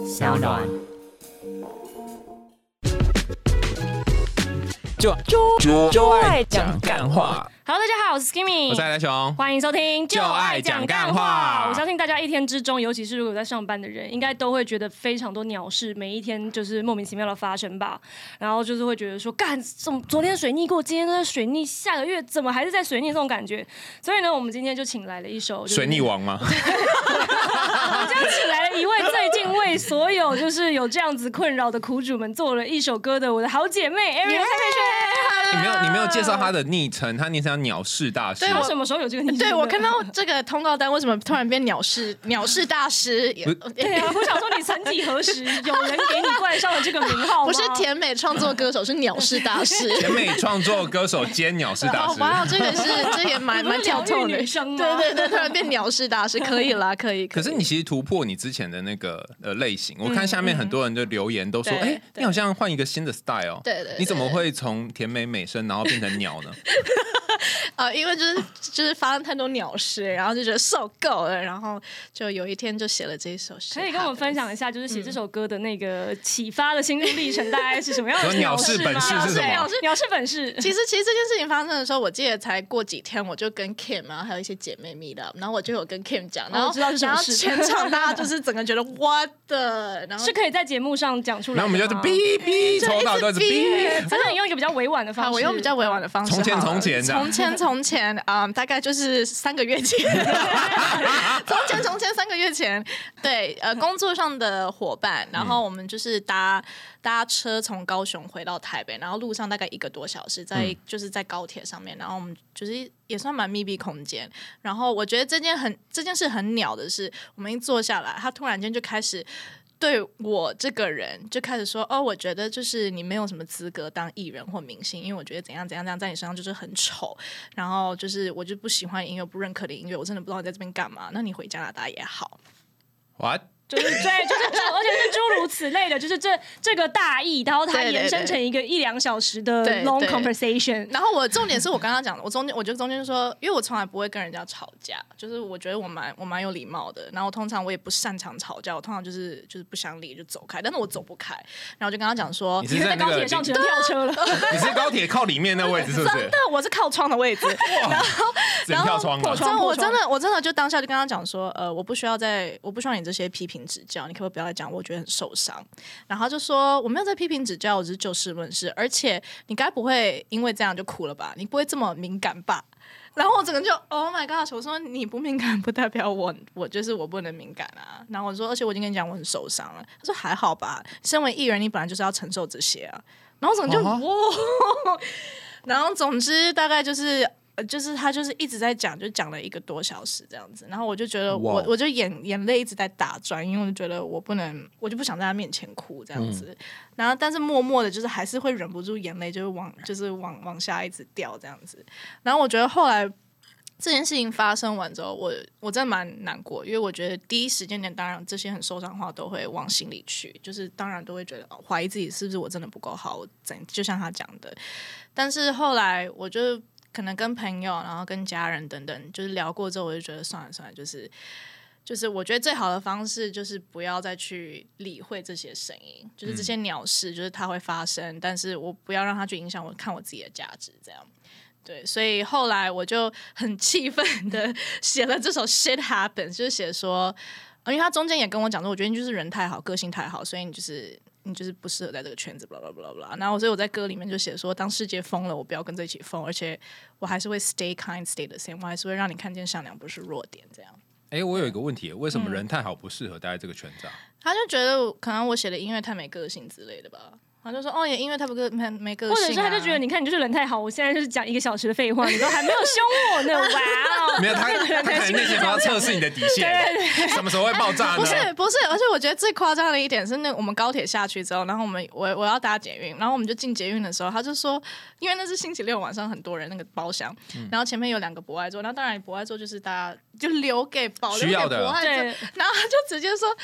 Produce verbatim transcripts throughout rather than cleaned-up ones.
小暖。 就就就爱讲干话。 Hello， 大家好，我是 Skimmy， 我是来熊， 欢迎收听就爱讲干话。 我相信大家一天之中，尤其是如果有在上班的人，应该都会觉得非常多鸟事，每一天就是莫名其妙的发生吧。然后就是会觉得说，干，怎么昨天水逆过，今天都在水逆，下个月怎么还是在水逆这种感觉？所以呢，我们今天就请来了一首、就是、 水逆王吗？ 我们就请来了一位最近为所有就是有这样子困扰的苦主们做了一首歌的我的好姐妹 Ariel 蔡佩璇。 你没有，你没有介绍她的昵称，她昵称叫鸟事大师。 对，我什么时候有这个昵称？ 对，我看到这个通告单，为什么突然变鸟事鸟事大师？ 对啊，我想说，你曾几何时有人给你冠上了这个名号吗？ 不是甜美创作歌手，是鸟事大师。 甜美创作歌手兼鸟事大师。 哇，这个是这也蛮蛮跳脱的。 女生吗？ 对对对，突然变鸟事大师，可以啦，可以。 可是你其实突破你之前的那个呃类型，我看下面很多人的留言都说，哎、嗯，你好像换一个新的 style。 对 对, 对。 你怎么会从甜美美声然后变成鸟呢？ 呃，因为就是就是发生太多鸟事，然后就觉得受够了，然后就有一天就写了这一首诗。 可以跟我们分享一下，就是写这首歌的那个启发的心路历程，大概是什么样的鸟事吗？ 鸟事本事是什么？ 鸟事鸟事本事。 其实其实这件事情发生的时候，我记得才过几天，我就跟 Kim 然后还有一些姐妹 meet up， 然后我就有跟 Kim 讲，然后、 哦、知道是什么事， 然后全场大家就是整个觉得 what the， 然后是可以在节目上讲出来的吗？ 然后我们就是哔哔，从头到尾是哔， 反正你用一个比较委婉的方式， 我用比较委婉的方式， 从前从前从前从前啊、嗯，大概就是三个月前，从前从前三个月前，对，呃，工作上的伙伴，然后我们就是搭搭车从高雄回到台北，然后路上大概一个多小时，在、嗯、就是在高铁上面，然后我们就是也算蛮密闭空间，然后我觉得这件很这件事很鸟的是，我们一坐下来，他突然间就开始。对我这个人就开始说哦，我觉得就是你没有什么资格当艺人或明星，因为我觉得怎样怎样怎样在你身上就是很丑，然后就是我就不喜欢音乐，不认可的音乐，我真的不知道你在这边干嘛。那你回加拿大也好。 What？ 就是对，就是而且是诸如此类的，就是这这个大意，然后它延伸成一个一两小时的 long conversation。 然后我重点是我刚刚讲的，我中间我就中间说，因为我从来不会跟人家吵架，就是我觉得我蛮我蛮有礼貌的。然后通常我也不擅长吵架，我通常就是就是不想理就走开，但是我走不开，然后就跟他讲说， 你是在高铁上只能跳车了， 你是高铁靠里面那位置是不是？ 真的，我是靠窗的位置。然后然后跳窗了， 真我真的我真的就当下就跟他讲说，呃，我不需要在我不需要你这些批评指教，你可不可以不要再讲，我觉得很受伤。然后他就说我没有在批评指教，我只是就事论事，而且你该不会因为这样就哭了吧？你不会这么敏感吧？然后我整个就 Oh my God！ 我说你不敏感不代表我我就是我不能敏感啊。然后我说，而且我已经跟你讲我很受伤了。他说还好吧，身为艺人你本来就是要承受这些啊。然后整个就哇、uh-huh. 然后总之大概就是就是他就是一直在讲，就讲了一个多小时这样子，然后我就觉得我、wow. 我就眼眼泪一直在打转，因为我就觉得我不能，我就不想在他面前哭这样子，嗯、然后但是默默的，就是还是会忍不住眼泪，就是往就是往往下一直掉这样子，然后我觉得后来这件事情发生完之后，我我真的蛮难过，因为我觉得第一时间点，当然这些很受伤的话都会往心里去，就是当然都会觉得怀疑自己是不是我真的不够好，我怎就像他讲的，但是后来我就。可能跟朋友，然后跟家人等等，就是聊过之后，我就觉得算了算了，就是就是我觉得最好的方式就是不要再去理会这些声音，就是这些鸟事，就是它会发生，但是我不要让它去影响我看我自己的价值，这样。对，所以后来我就很气愤的写了这首 Shit Happens， 就是写说，因为他中间也跟我讲说，我觉得你就是人太好，个性太好，所以你就是。你就是不适合在这个圈子 blah blah blah blah， 然后所以我在歌里面就写说，当世界疯了，我不要跟着一起疯，而且我还是会 stay kind stay the same， 我还是会让你看见善良不是弱点这样。 哎，我有一个问题，为什么人太好不适合待在这个圈子啊？ 他就觉得可能我写的音乐太没个性之类的吧。他就说哦，也因为他不个没没个性、啊， 或者是他就觉得你看你就是人太好，我现在就是讲一个小时的废话，你都还没有凶我呢，哇哦！ 没有他，他可能内心要测试你的底线，对对对，什么时候会爆炸呢？ 不是不是，而且我觉得最夸张的一点是，那我们高铁下去之后，然后我们我我要搭捷运，然后我们就进捷运的时候，他就说，因为那是星期六晚上，很多人那个包厢，嗯、然后前面有两个博爱座，然后当然博爱座就是大家就留给保留给博爱座，然后他就直接说。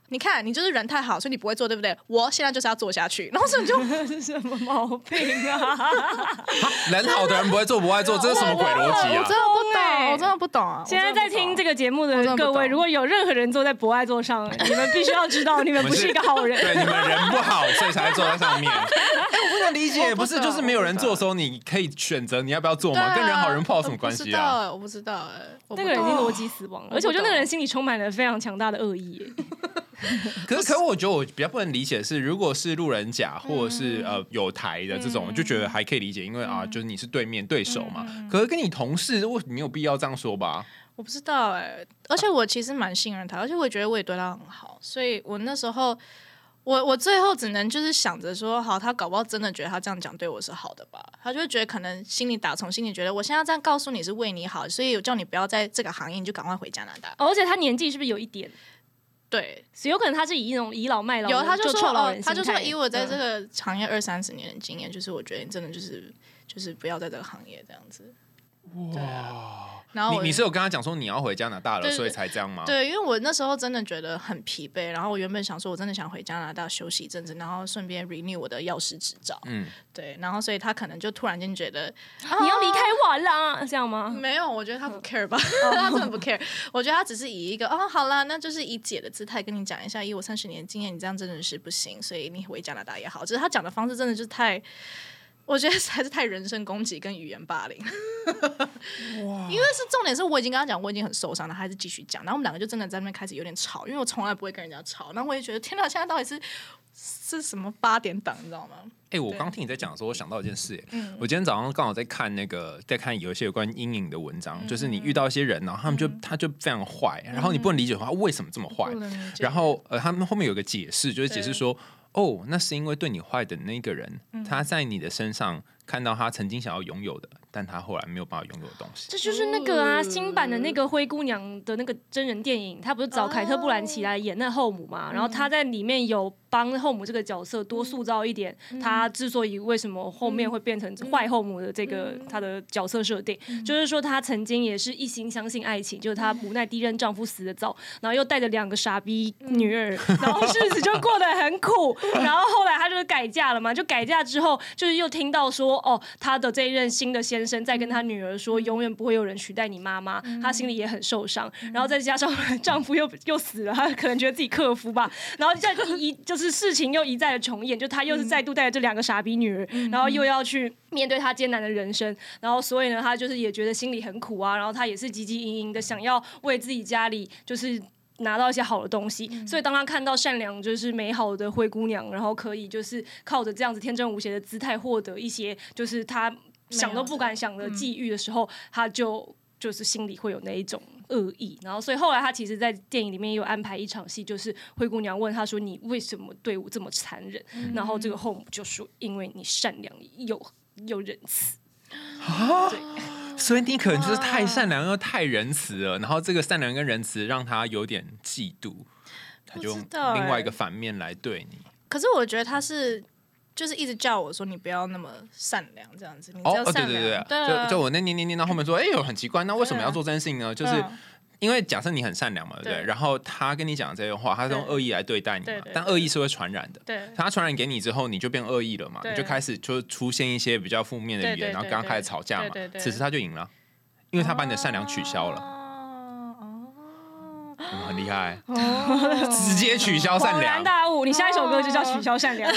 你看你就是人太好，所以你不会做，对不对？我现在就是要做下去，然后所以你就是什么毛病啊？ 人好的人不会做不爱做，这是什么鬼逻辑啊？ 我真的不懂，我真的不懂啊！ 现在在听这个节目的各位，如果有任何人坐在不爱坐上，你们必须要知道，你们不是一个好人。 对，你们人不好，所以才坐在上面。哎，我不能理解，不是就是没有人做的时候，你可以选择你要不要做吗？跟人好人不好有什么关系啊？ 我不知道哎， 那个人已经逻辑死亡了，而且我觉得那个人心里充满了非常强大的恶意。 可是，可是我觉得我比较不能理解的是，如果是路人甲或者是、嗯、呃有台的这种，就觉得还可以理解，因为、嗯、啊，就是你是对面对手嘛。嗯、可是跟你同事，为什么没有必要这样说吧？ 我不知道哎、欸，而且我其实蛮信任他，而且我也觉得我也对他很好，所以我那时候，我我最后只能就是想着说，好，他搞不好真的觉得他这样讲对我是好的吧，他就会觉得可能心里打从心里觉得，我现在这样告诉你是为你好，所以我叫你不要在这个行业，你就赶快回加拿大。 哦、而且他年纪是不是有一点？ 对， 有可能他是以一种倚老卖老， 有他就说， 老人他就说，以我在这个行业二三十年的经验，就是我觉得你真的就是就是不要在这个行业这样子。哇！然后你你是有跟他讲说你要回加拿大了，所以才这样吗？ 对，因为我那时候真的觉得很疲惫，然后我原本想说我真的想回加拿大休息一阵子，然后顺便 renew 我的药师执照。嗯，对，然后所以他可能就突然间觉得、 啊、你要离开我啦，这样吗？ 没有，我觉得他不 care 吧，他真的不 care。我觉得他只是以一个哦，好啦，那就是以姐的姿态跟你讲一下，以我三十年的经验，你这样真的是不行，所以你回加拿大也好。只是他讲的方式真的就是太。我觉得还是太人身攻击跟语言霸凌，因为是重点是我已经跟他讲我已经很受伤了，他还是继续讲，然后我们两个就真的在那边开始有点吵，因为我从来不会跟人家吵，然后我也觉得天哪，现在到底是是什么八点档，你知道吗？ 哎、欸，我刚听你在讲的时候，我想到一件事、欸，嗯、我今天早上刚好在看那个，在看有一些有关阴影的文章，嗯、就是你遇到一些人，然后他们就、嗯、他就非常坏，然后你不能理解他为什么这么坏，然后呃，他们后面有个解释，就是解释说，哦，那是因为对你坏的那个人，嗯、他在你的身上看到他曾经想要拥有的，但他后来没有办法拥有的东西。 这就是那个啊，新版的那个灰姑娘的那个真人电影，他不是找凯特·布兰奇来演那后母嘛？然后他在里面有帮后母这个角色多塑造一点，他之所以为什么后面会变成坏后母的这个他的角色设定，就是说他曾经也是一心相信爱情，就是他无奈第一任丈夫死得早，然后又带着两个傻逼女儿，然后日子就过得很苦。然后后来他就是改嫁了嘛，就改嫁之后，就是又听到说，哦，他的这一任新的先生在跟他女儿说，永远不会有人取代你妈妈，他心里也很受伤。然后再加上丈夫又又死了，他可能觉得自己克夫吧。然后再一就是事情又一再的重演，就他又是再度带着这两个傻逼女儿，然后又要去面对他艰难的人生。然后所以呢，他就是也觉得心里很苦啊。然后他也是汲汲营营的想要为自己家里就是拿到一些好的东西，嗯、所以当他看到善良就是美好的灰姑娘，然后可以就是靠着这样子天真无邪的姿态获得一些就是他想都不敢想的际遇的时候，嗯、他就就是心里会有那一种恶意。然后所以后来他其实在电影里面也有安排一场戏，就是灰姑娘问他说你为什么对我这么残忍，嗯、然后这个后母就说因为你善良又又仁慈啊。对， 所以你可能就是太善良又太仁慈了，然后这个善良跟仁慈让他有点嫉妒，他就用另外一个反面来对你。 可是我觉得他是就是一直叫我说你不要那么善良这样子，你只要善良。哦，对对对对，就就我那念念念到后面说，哎呦，很奇怪，那为什么要做这件事情呢？就是。因为假设你很善良嘛，对不对？然后他跟你讲这些话，他是用恶意来对待你嘛，但恶意是会传染的。对，他传染给你之后，你就变恶意了嘛，你就开始就出现一些比较负面的语言，然后刚刚开始吵架嘛。此时他就赢了，因为他把你的善良取消了。哦，很厉害，直接取消善良。 恍然大悟，你下一首歌就叫《取消善良》。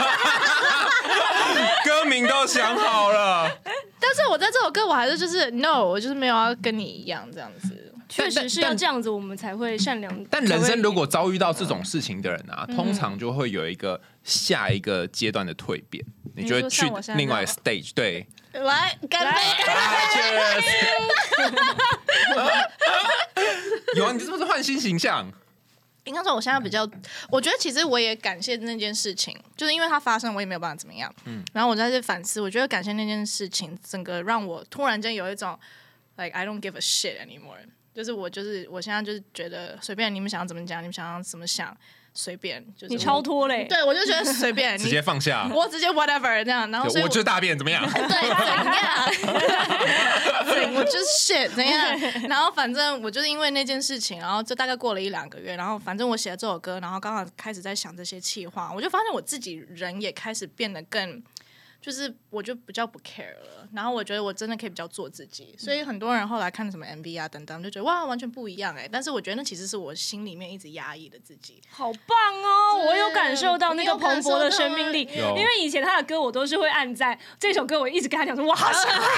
歌名都想好了。 但是我在这首歌，我还是就是 no， 我就是没有要跟你一样这样子。 确实是要这样子，我们才会善良。 但人生如果遭遇到这种事情的人啊，嗯、通常就会有一个下一个阶段的蜕变，嗯、你就会去另外一个 stage。对， 来干杯！ 有啊，你是不是换新形象？ 应该说，我现在比较，我觉得其实我也感谢那件事情，就是因为它发生，我也没有办法怎么样。嗯，然后我在这反思，我觉得感谢那件事情，整个让我突然间有一种 like I don't give a shit anymore。就是我就是我现在就是觉得随便你们想要怎么讲，你们想要怎么想， 随便，就是你超脱嘞， 对我就觉得随便， 直接放下， 我直接 whatever 这样，然后所以我就是大便怎么样？ 对，怎样？对，我就是 shit 怎样？然后反正我就是因为那件事情，然后就大概过了一两个月，然后反正我写了这首歌，然后刚好开始在想这些企划，我就发现我自己人也开始变得更。就是我就比较不 care 了，然后我觉得我真的可以比较做自己，所以很多人后来看什么 M V 啊等等，就觉得哇完全不一样哎、欸。但是我觉得那其实是我心里面一直压抑的自己。 好棒哦！我有感受到那个蓬勃的生命力，因为以前他的歌我都是会按在这首歌，我一直跟他讲说我好喜欢。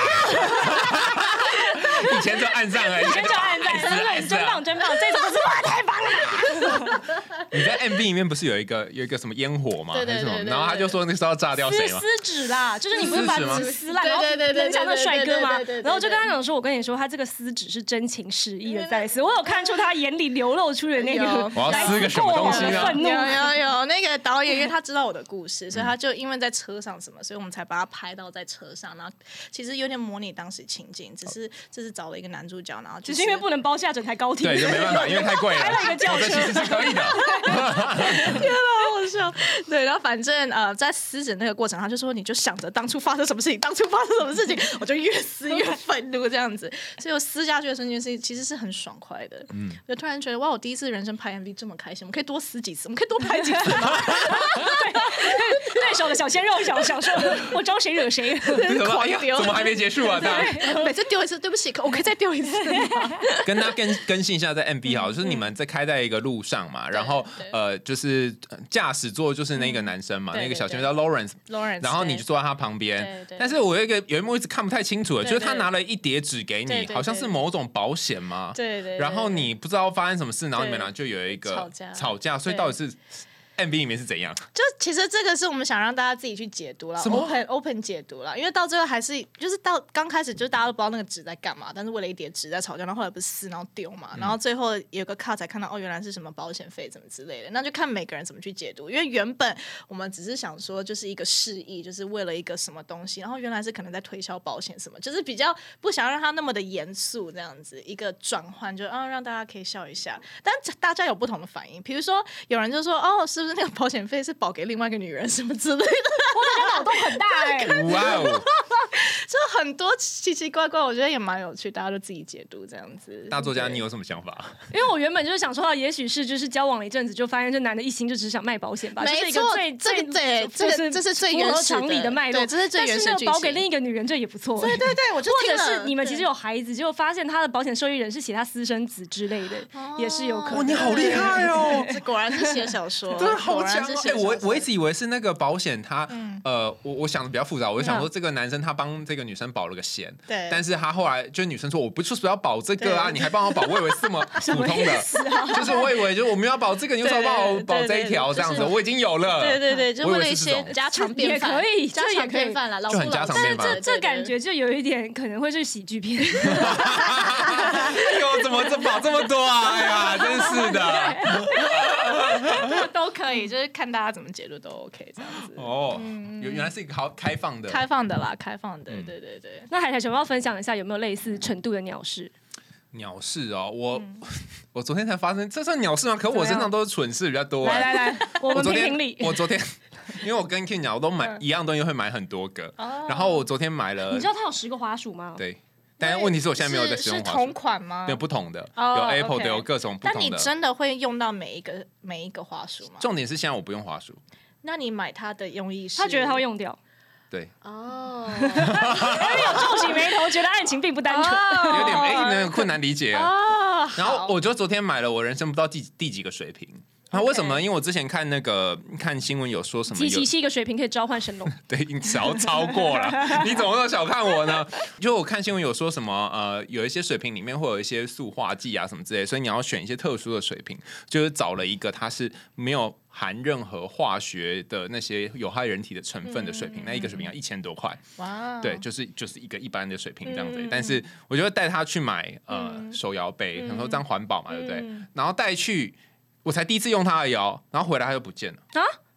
以前就按上了， 以前就按在，真真棒真棒，这首歌是哇太棒了。 你在 M V 里面不是有一个有一个什么烟火吗？ 对对对对对， 然后他就说那时候要炸掉谁吗？ 撕纸啦，就是你不是把纸撕烂，然后很像那帅哥吗？然后就跟他讲说，我跟你说，他这个撕纸是真情实意的在撕，我有看出他眼里流露出的那个我要撕个什么东西呢？ 有有有，那个导演因为他知道我的故事，所以他就因为在车上什么，所以我们才把他拍到在车上，然后其实有点模拟当时情境，只是这是找了一个男主角，然后只是因为不能包下整台高铁， 对，就没办法，因为太贵了， 开了一个轿车， 其实是可以的。 天哪，好笑。对，然后反正呃，在撕纸那个过程，他就说你就想着当初发生什么事情，当初发生什么事情，我就越撕越愤怒这样子。所以我撕下去的瞬间是其实是很爽快的，嗯，就突然觉得哇，我第一次人生拍 M V 这么开心，我们可以多撕几次，我们可以多拍几次吗？ 对，对手的小鲜肉想想说，我招谁惹谁， 狂丢， 怎么还没结束啊？ 对，每次丢一次，对不起，我可以再丢一次吗？ 跟大家更更新一下，在 M V 好，就是你们在开在一个路上嘛，然后呃，就是驾驶座就是那个男生嘛，那个小鲜肉叫 Lawrence， 然后你就坐在他旁边。但是我有一个有一幕一直看不太清楚的，就是他拿了一叠纸给你，好像是某种保险嘛， 对对。 然后你不知道发生什么事，然后你们俩就有一个吵架， 吵架，所以到底是。M V 里面是怎样？ 就其实这个是我们想让大家自己去解读啦 ，open open 解读啦。因为到最后还是就是到刚开始就是大家都不知道那个纸在干嘛，但是为了一叠纸在吵架，然后后来不是撕然后丢嘛，嗯、然后最后有个 cut 才看到哦原来是什么保险费怎么之类的，那就看每个人怎么去解读。因为原本我们只是想说就是一个示意，就是为了一个什么东西，然后原来是可能在推销保险什么，就是比较不想让它那么的严肃这样子一个转换，就啊让大家可以笑一下。但大家有不同的反应，比如说有人就说哦是不是那个保险费是保给另外一个女人什么之类的， 我感觉脑洞很大哎、欸， 哇哦， 就很多奇奇怪怪，我觉得也蛮有趣，大家都自己解读这样子。 大作家，你有什么想法？ 因为我原本就是想说，也许是就是交往了一阵子，就发现这男的一心就只想卖保险吧， 没错，这这个对，这个这是最原始常理的脉络， 对，这是最原始的剧情。 保给另一个女人，这也不错。 对对对，我就或者是你们其实有孩子，结果发现他的保险受益人是写他私生子之类的，也是有可能。 哇，你好厉害哦！ 这果然是写小说， 对，好强哦！ 我我一直以为是那个保险，他、嗯、呃，我我想的比较复杂，我就想说这个男生他帮这个女生保了个险， 对， 但是他后来就女生说我不就是要保这个啊，你还帮我保，我以为是这么普通的， 啊、 就是我以为就是我们要保这个，你为什么帮我保这一条这样子？我已经有了， 对对对，就为了一些家常便饭， 也可以， 家常便饭啦， 就很家常便饭。 但是这这感觉就有一点可能会是喜剧片。 哎呦，怎么这保这么多啊？哎呀，真是的。 都可以，就是看大家怎么解读都 OK 这样子。 哦，嗯、原来是一个好开放的， 开放的啦，开放的，嗯、对对对。 那海苔想不要分享一下有没有类似程度的鸟事？ 鸟事哦，我、嗯、我昨天才发生，这算鸟事吗？可我身上都是蠢事比较多。 来来来，我们评评理。 我昨天，因为我跟 King 讲，我都买一样东西会买很多个，嗯、然后我昨天买了， 你知道它有十个滑鼠吗？ 对。但是问题是我现在没有在使用滑鼠， 是同款吗？ 没有不同的， 哦、 有 Apple 的， okay. 有各种不同的。 但你真的会用到每一个每一个滑鼠吗？ 重点是现在我不用滑鼠。 那你买它的用意是？ 他觉得他会用掉。 对。 哦。 因为有皱起眉头，觉得案情并不单纯， 哦、有点哎，那个困难理解。 哦。 然后我就昨天买了我人生不知道第第几个水平。啊，为什么？因为我之前看那个看新闻有说什么， 集齐七个水平可以召唤神龙， 对，你超超过了，你怎么那么小看我呢？就我看新闻有说什么，呃，有一些水瓶里面会有一些塑化剂啊什么之类的，所以你要选一些特殊的水瓶，就是找了一个它是没有含任何化学的那些有害人体的成分的水瓶，嗯、那一个水瓶要一千多块， 哇， 对，就是就是一个一般的水瓶这样子。嗯、但是我就带他去买呃、嗯、手摇杯，想说这样环保嘛，对不对？嗯、然后带去。我才第一次用它而已哦，然后回来它就不见了啊啊！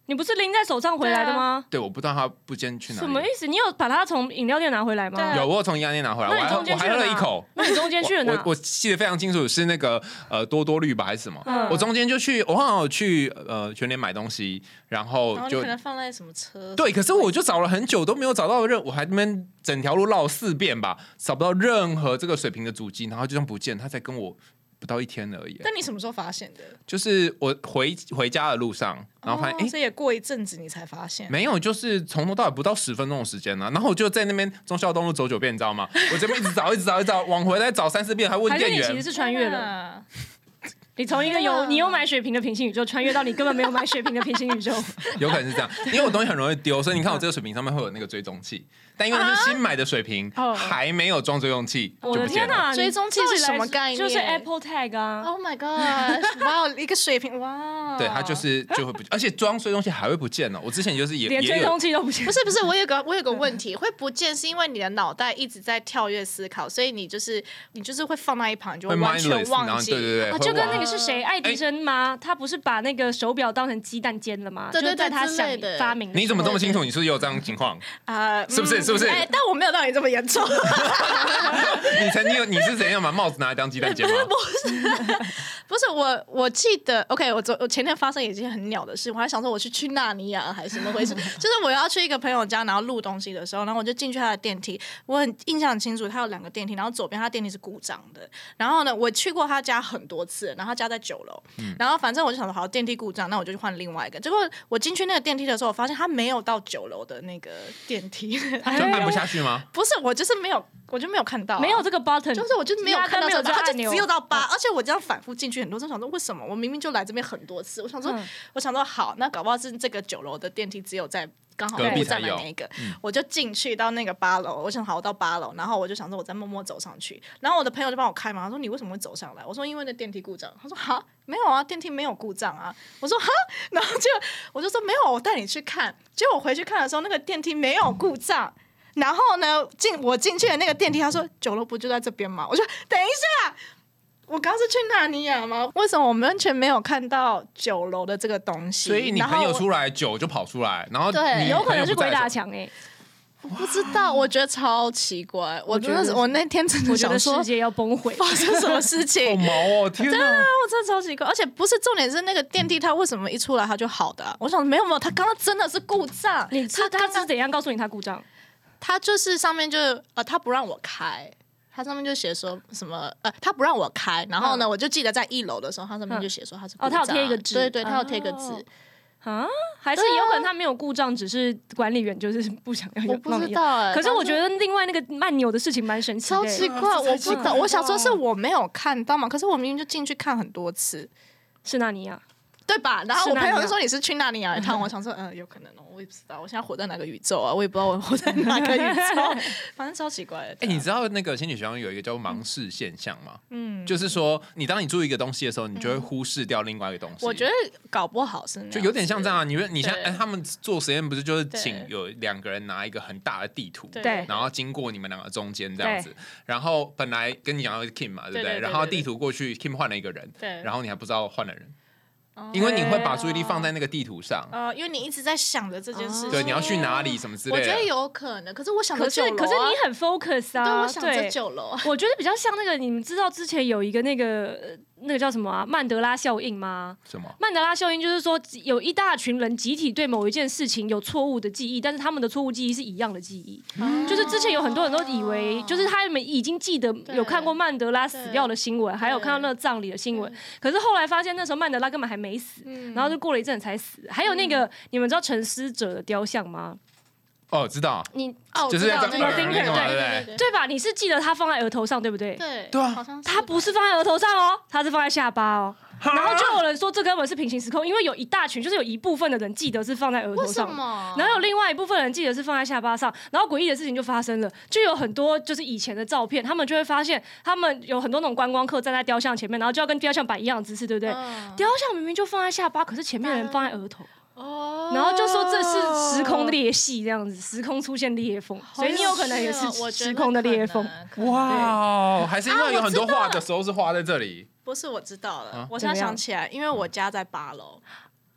你不是拎在手上回来的吗？ 对，我不知道他不见去哪里。 什么意思？你有把它从饮料店拿回来吗？ 有，我有从饮料店拿回来，我还我还喝了一口。 那你中间去了哪？ 我我记得非常清楚，是那个呃多多绿吧还是什么？ 嗯、 我中间就去，我好像有去呃全联买东西，然后就可能放在什么车？ 对，可是我就找了很久都没有找到任，我还那边整条路绕了四遍吧，找不到任何这个水瓶的足迹，然后就这样不见，他才跟我。不到一天而已。 但你什么时候发现的？ 就是我回回家的路上，然后发现，哎、 哦，所以也过一阵子你才发现。 没有，就是从头到尾不到十分钟的时间呢、啊。然后我就在那边忠孝东路走九遍，你知道吗？我这边一直找，一直找，一直找，往回来找三四遍，还问店员。 还是你其实是穿越了。你从一个有你有买水瓶的平行宇宙穿越到你根本没有买水瓶的平行宇宙， 有可能是这样，因为我东西很容易丢，所以你看我这个水瓶上面会有那个追踪器，但因为是新买的水瓶，啊、还没有装追踪器， 我的天哪！ 追踪器是什么概念？ 就是 Apple Tag 啊 ！Oh my god！ 哇，一个水瓶，哇！ 对，它就是就会不，而且装追踪器还会不见呢。我之前就是也连追踪器都不见。 不是不是，我有个我有个问题，会不见是因为你的脑袋一直在跳跃思考，所以你就是你就是会放在一旁，你就会完全忘记。 对对对， 啊、就跟那个是谁，爱迪生吗？他不是把那个手表当成鸡蛋煎了吗？ 对对对， 在他想发明。 你怎么这么清楚？你是不是也有这样的情况？啊、呃，是不是？是不是？ 哎、欸，但我没有到你这么严重。 你曾经有你是怎样把帽子拿来当鸡蛋煎吗？ 不是，不是我，我记得 ，OK， 我昨我前天发生一件很鸟的事，我还想说我去去纳尼亚还是怎么回事，就是我要去一个朋友家，然后录东西的时候，然后我就进去他的电梯，我很印象很清楚，他有两个电梯，然后左边他电梯是故障的，然后呢，我去过他家很多次，然后他家在九楼，嗯、然后反正我就想说好电梯故障，那我就去换另外一个，结果我进去那个电梯的时候，我发现他没有到九楼的那个电梯， 就按不下去吗？ 不是，我就是没有。我就没有看到、啊， 没有这个 button， 就是我就没有看到这个，它就只有到八、 嗯， 而且我这样反复进去很多次，想说为什么？我明明就来这边很多次，我想说，嗯、我想说好，那搞不好是这个九楼的电梯只有在刚好我站的那个，嗯、我就进去到那个八楼，我想好我到八楼，然后我就想说我再默默走上去，然后我的朋友就帮我开门，他说你为什么会走上来？我说因为那电梯故障，他说哈没有啊，电梯没有故障啊，我说哈，然后就我就说没有，我带你去看，结果我回去看的时候，那个电梯没有故障。然后呢，进我进去的那个电梯，他说九楼不就在这边吗？我说等一下，我刚是去纳尼亚吗？为什么我们完全没有看到九楼的这个东西？ 所以你朋友出来，九就跑出来，然后对， 有可能是鬼打墙哎、欸。 我不知道，我觉得超奇怪。我觉得我那天真的想说世界要崩毁， 发生什么事情？ 好毛哦！天哪， 真的，我真的超奇怪。而且不是重点是那个电梯，它为什么一出来它就好的、啊？我想没有没有，它刚刚真的是故障。 你他他是怎样告诉你它故障？ 他就是上面就呃，他不让我开，他上面就写说什么呃，他不让我开，然后呢，嗯、我就记得在一楼的时候，他上面就写说他是哦，他有贴一个字， 对对，他有贴一个字。 啊，还是有可能他没有故障，只是管理员就是不想要。 我不知道哎、欸， 可是我觉得另外那个按钮的事情蛮神奇的、欸， 超奇怪，我不知道。我想说是我没有看到嘛，可是我明明就进去看很多次， 是纳尼亚。 对吧？然后我朋友就说你是去纳尼亚一趟，我想说，嗯、呃，有可能哦，我也不知道，我现在活在哪个宇宙啊？我也不知道我活在哪个宇宙，反正超奇怪的。 哎、欸，你知道那个心理学上有一个叫盲视现象吗？嗯，就是说，你当你注意一个东西的时候，你就会忽视掉另外一个东西。 我觉得搞不好是那就有点像这样啊。你你像哎、欸，他们做实验不是就是请有两个人拿一个很大的地图， 对， 然后经过你们两个中间这样子，然后本来跟你讲的是 Kim 嘛，对不对？ 对对对对对， 然后地图过去 Kim 换了一个人， 对， 然后你还不知道换了人。因为你会把注意力放在那个地图上， 呃，因为你一直在想着这件事情， 对，你要去哪里什么之类的。 我觉得有可能，可是我想着九楼、啊， 可是你很 focus 啊， 对，我想着九楼、啊。 我觉得比较像那个，你们知道之前有一个那个那个叫什么啊，曼德拉效应吗？ 什么？ 曼德拉效应就是说，有一大群人集体对某一件事情有错误的记忆，但是他们的错误记忆是一样的记忆。嗯、就是之前有很多人都以为，就是他们已经记得有看过曼德拉死掉的新闻，还有看到那个葬礼的新闻，可是后来发现那时候曼德拉根本还没死，嗯、然后就过了一阵才死。还有那个，嗯、你们知道沉思者的雕像吗？ 哦，知道。 你哦， 就是那个对对对对对吧？你是记得他放在额头上，对不对？ 对对啊， 好像是他不是放在额头上哦，他是放在下巴哦。然后就有人说这根本是平行时空，因为有一大群，就是有一部分的人记得是放在额头上，然后有另外一部分人记得是放在下巴上，然后诡异的事情就发生了，就有很多就是以前的照片，他们就会发现他们有很多那种观光客站在雕像前面，然后就要跟雕像摆一样的姿势，对不对？嗯、雕像明明就放在下巴，可是前面的人放在额头。哦，然后就说这是时空裂隙，这样子，时空出现裂缝，所以你有可能也是时空的裂缝。 哇，还是因为有很多画的时候是画在这里。 不是，我知道了，啊、我现在想起来，因为我家在八楼。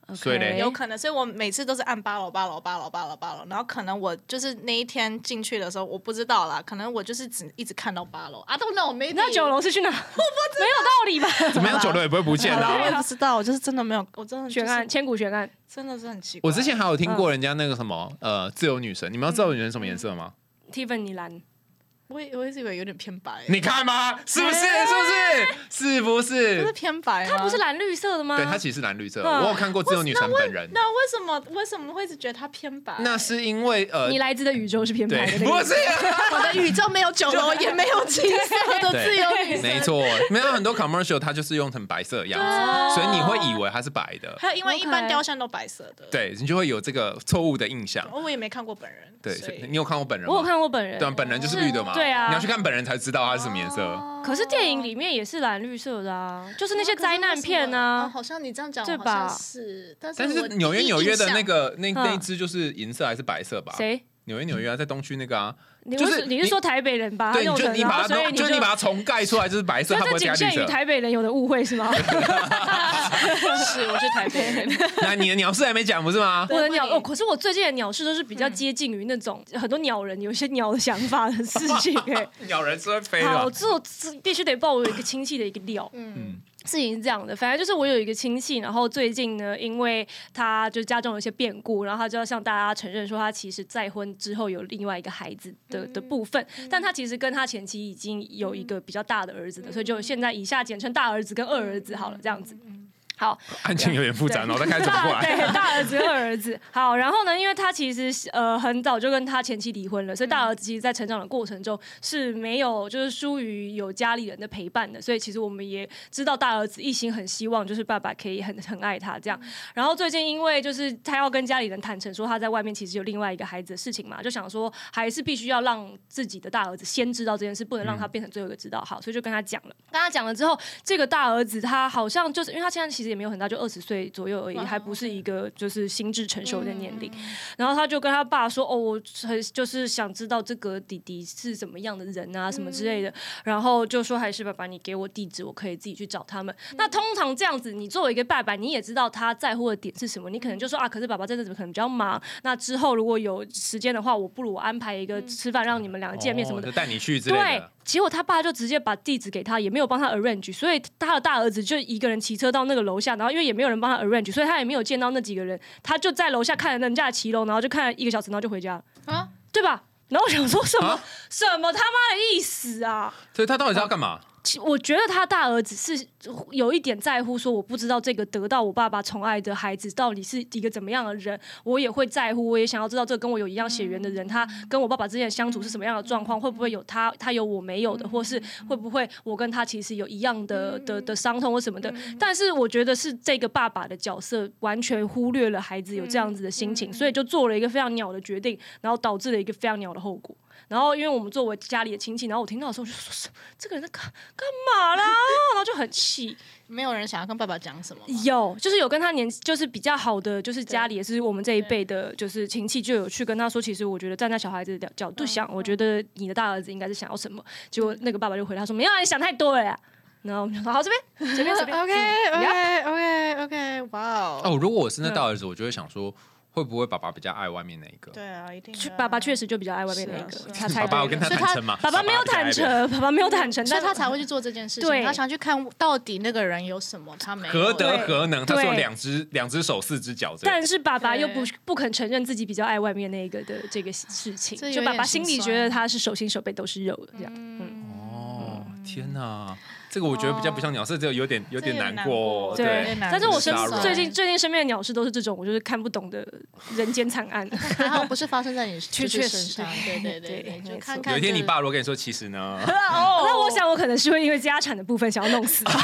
所以嘞， 有可能，所以我每次都是按八楼、八楼、八楼、八楼、八楼，然后可能我就是那一天进去的时候，我不知道啦，可能我就是只一直看到八楼。I don't know， maybe 那九楼是去哪？我不知道，没有道理吧？ 怎么样，九楼也不会不见啊？ 我也不知道，我就是真的没有，我真的悬案，千古悬案， 真的是很奇怪。 我之前还有听过人家那个什么呃自由女神，你们知道自由女神什么颜色吗 ？Tiffany 蓝。 我我一直以为有点偏白， 你看吗？是不是？是不是？是不是？ 不是偏白吗？ 它不是蓝绿色的吗？ 对，它其实是蓝绿色。我有看过自由女神本人。 那为什么为什么会一直觉得它偏白？ 那是因为呃， 你来自的宇宙是偏白的。 不是， 我的宇宙没有九楼，也没有金色的自由女神。 没错，没有很多 commercial， 它就是用成白色的样子，所以你会以为它是白的。 还有因为一般雕像都白色的， 对你就会有这个错误的印象。 我也没看过本人。 对，你有看过本人吗？ 我有看过本人。 对，本人就是绿的嘛。 对啊， 你要去看本人才知道它是什么颜色。 可是电影里面也是蓝绿色的啊，就是那些灾难片啊。 好像你这样讲， 对吧？ 是，但是但是纽约纽约的那个那那一只就是银色还是白色吧？ 谁？ 纽约纽约啊，在东区那个啊。 就是你是说台北人吧？ 对，就你把它， 就你把它重盖出来就是白色，它不会加绿色。 仅限于台北人有的误会是吗？ 是，我是台北人。 那你的鸟事还没讲不是吗？ 我的鸟哦，可是我最近的鸟事都是比较接近于那种很多鸟人有些鸟的想法的事情哎。 鸟人是会飞的。 好，这我必须得爆我有一个亲戚的一个料。嗯。事情是这样的，反正就是我有一个亲戚，然后最近呢，因为他就家中有一些变故，然后他就要向大家承认说，他其实再婚之后有另外一个孩子的的部分，嗯、但他其实跟他前妻已经有一个比较大的儿子的，嗯、所以就现在以下简称大儿子跟二儿子好了，这样子。好， 案情有点复杂，然后再开始走过来。 对，大儿子跟二儿子。好，然后呢，因为他其实呃很早就跟他前妻离婚了，所以大儿子其实在成长的过程中是没有就是疏于有家里人的陪伴的，所以其实我们也知道大儿子一心很希望就是爸爸可以很很爱他这样。然后最近因为就是他要跟家里人坦诚说他在外面其实有另外一个孩子的事情嘛，就想说还是必须要让自己的大儿子先知道这件事，不能让他变成最后一个知道。好，所以就跟他讲了。跟他讲了之后，这个大儿子他好像就是因为他现在其实也没有很大，就二十岁左右而已，还不是一个就是心智成熟的年龄。然后他就跟他爸说：“哦，我很就是想知道这个弟弟是怎么样的人啊，什么之类的。”然后就说：“还是爸爸，你给我地址，我可以自己去找他们。”那通常这样子，你作为一个爸爸，你也知道他在乎的点是什么，你可能就说啊，可是爸爸这阵子可能比较忙，那之后如果有时间的话，我不如我安排一个吃饭，让你们两个见面什么的， 就带你去之类的。 对。结果他爸就直接把地址给他，也没有帮他 arrange， 所以他的大儿子就一个人骑车到那个楼下，然后因为也没有人帮他 arrange， 所以他也没有见到那几个人，他就在楼下看了人家的骑楼，然后就看了一个小时，然后就回家了，啊，对吧？然后我想说什么、啊、什么他妈的意思啊？ 所以他到底是要干嘛？ 我觉得他大儿子是有一点在乎，说我不知道这个得到我爸爸宠爱的孩子到底是一个怎么样的人，我也会在乎，我也想要知道这个跟我有一样血缘的人，他跟我爸爸之间的相处是什么样的状况，会不会有他他有我没有的，或是会不会我跟他其实有一样的的的伤痛或什么的。但是我觉得是这个爸爸的角色完全忽略了孩子有这样子的心情，所以就做了一个非常鸟的决定，然后导致了一个非常鸟的后果。然后因为我们作为家里的亲戚，然后我听到的时候我就说这个人在干干嘛啦，然后就很气。 没有人想要跟爸爸讲什么吗？ 有，就是有跟他年就是比较好的，就是家里也是我们这一辈的，就是亲戚就有去跟他说，其实我觉得站在小孩子的角度想，我觉得你的大儿子应该是想要什么。结果那个爸爸就回答说：“没有，你想太多了呀。”然后我们就说：“好，这边这边这边 ，OK OK OK OK， 哇哦。” 哦，如果我是那大儿子，我就会想说。会不会爸爸比较爱外面那一个？ 对啊，一定。 爸爸确实就比较爱外面那一个，他才爸爸有跟他坦诚吗？ 爸爸没有坦诚，爸爸没有坦诚， 所以他才会去做这件事情。对，他想去看到底那个人有什么，他没有。 何德何能？他说两只两只手四只脚， 但是爸爸又不不肯承认自己比较爱外面那个的这个事情，就爸爸心里觉得他是手心手背都是肉的这样。嗯， 哦，天哪！这个我觉得比较不像鸟事，这个有点有点难过。 对，但是我身最近最近身边的鸟事都是这种，我就是看不懂的人间惨案。 然后不是发生在你确确身上，对对对对，就看看。 有一天你爸如果跟你说，其实呢， 那我想我可能是会因为家产的部分想要弄死他。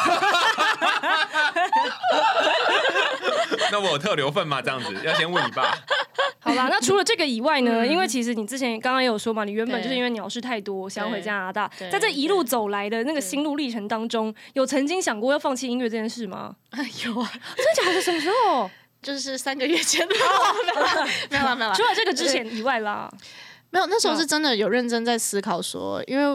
那我有特留份吗？这样子要先问你爸。 好啦，那除了这个以外呢？因为其实你之前刚刚也有说嘛，你原本就是因为鸟事太多，想回加拿大，在这一路走来的那个心路历程当中，有曾经想过要放弃音乐这件事吗？ 有啊， 真的假的？什么时候？ 就是三个月前的，没有了，没有了。 除了这个之前以外啦， 没有。那时候是真的有认真在思考说，因为。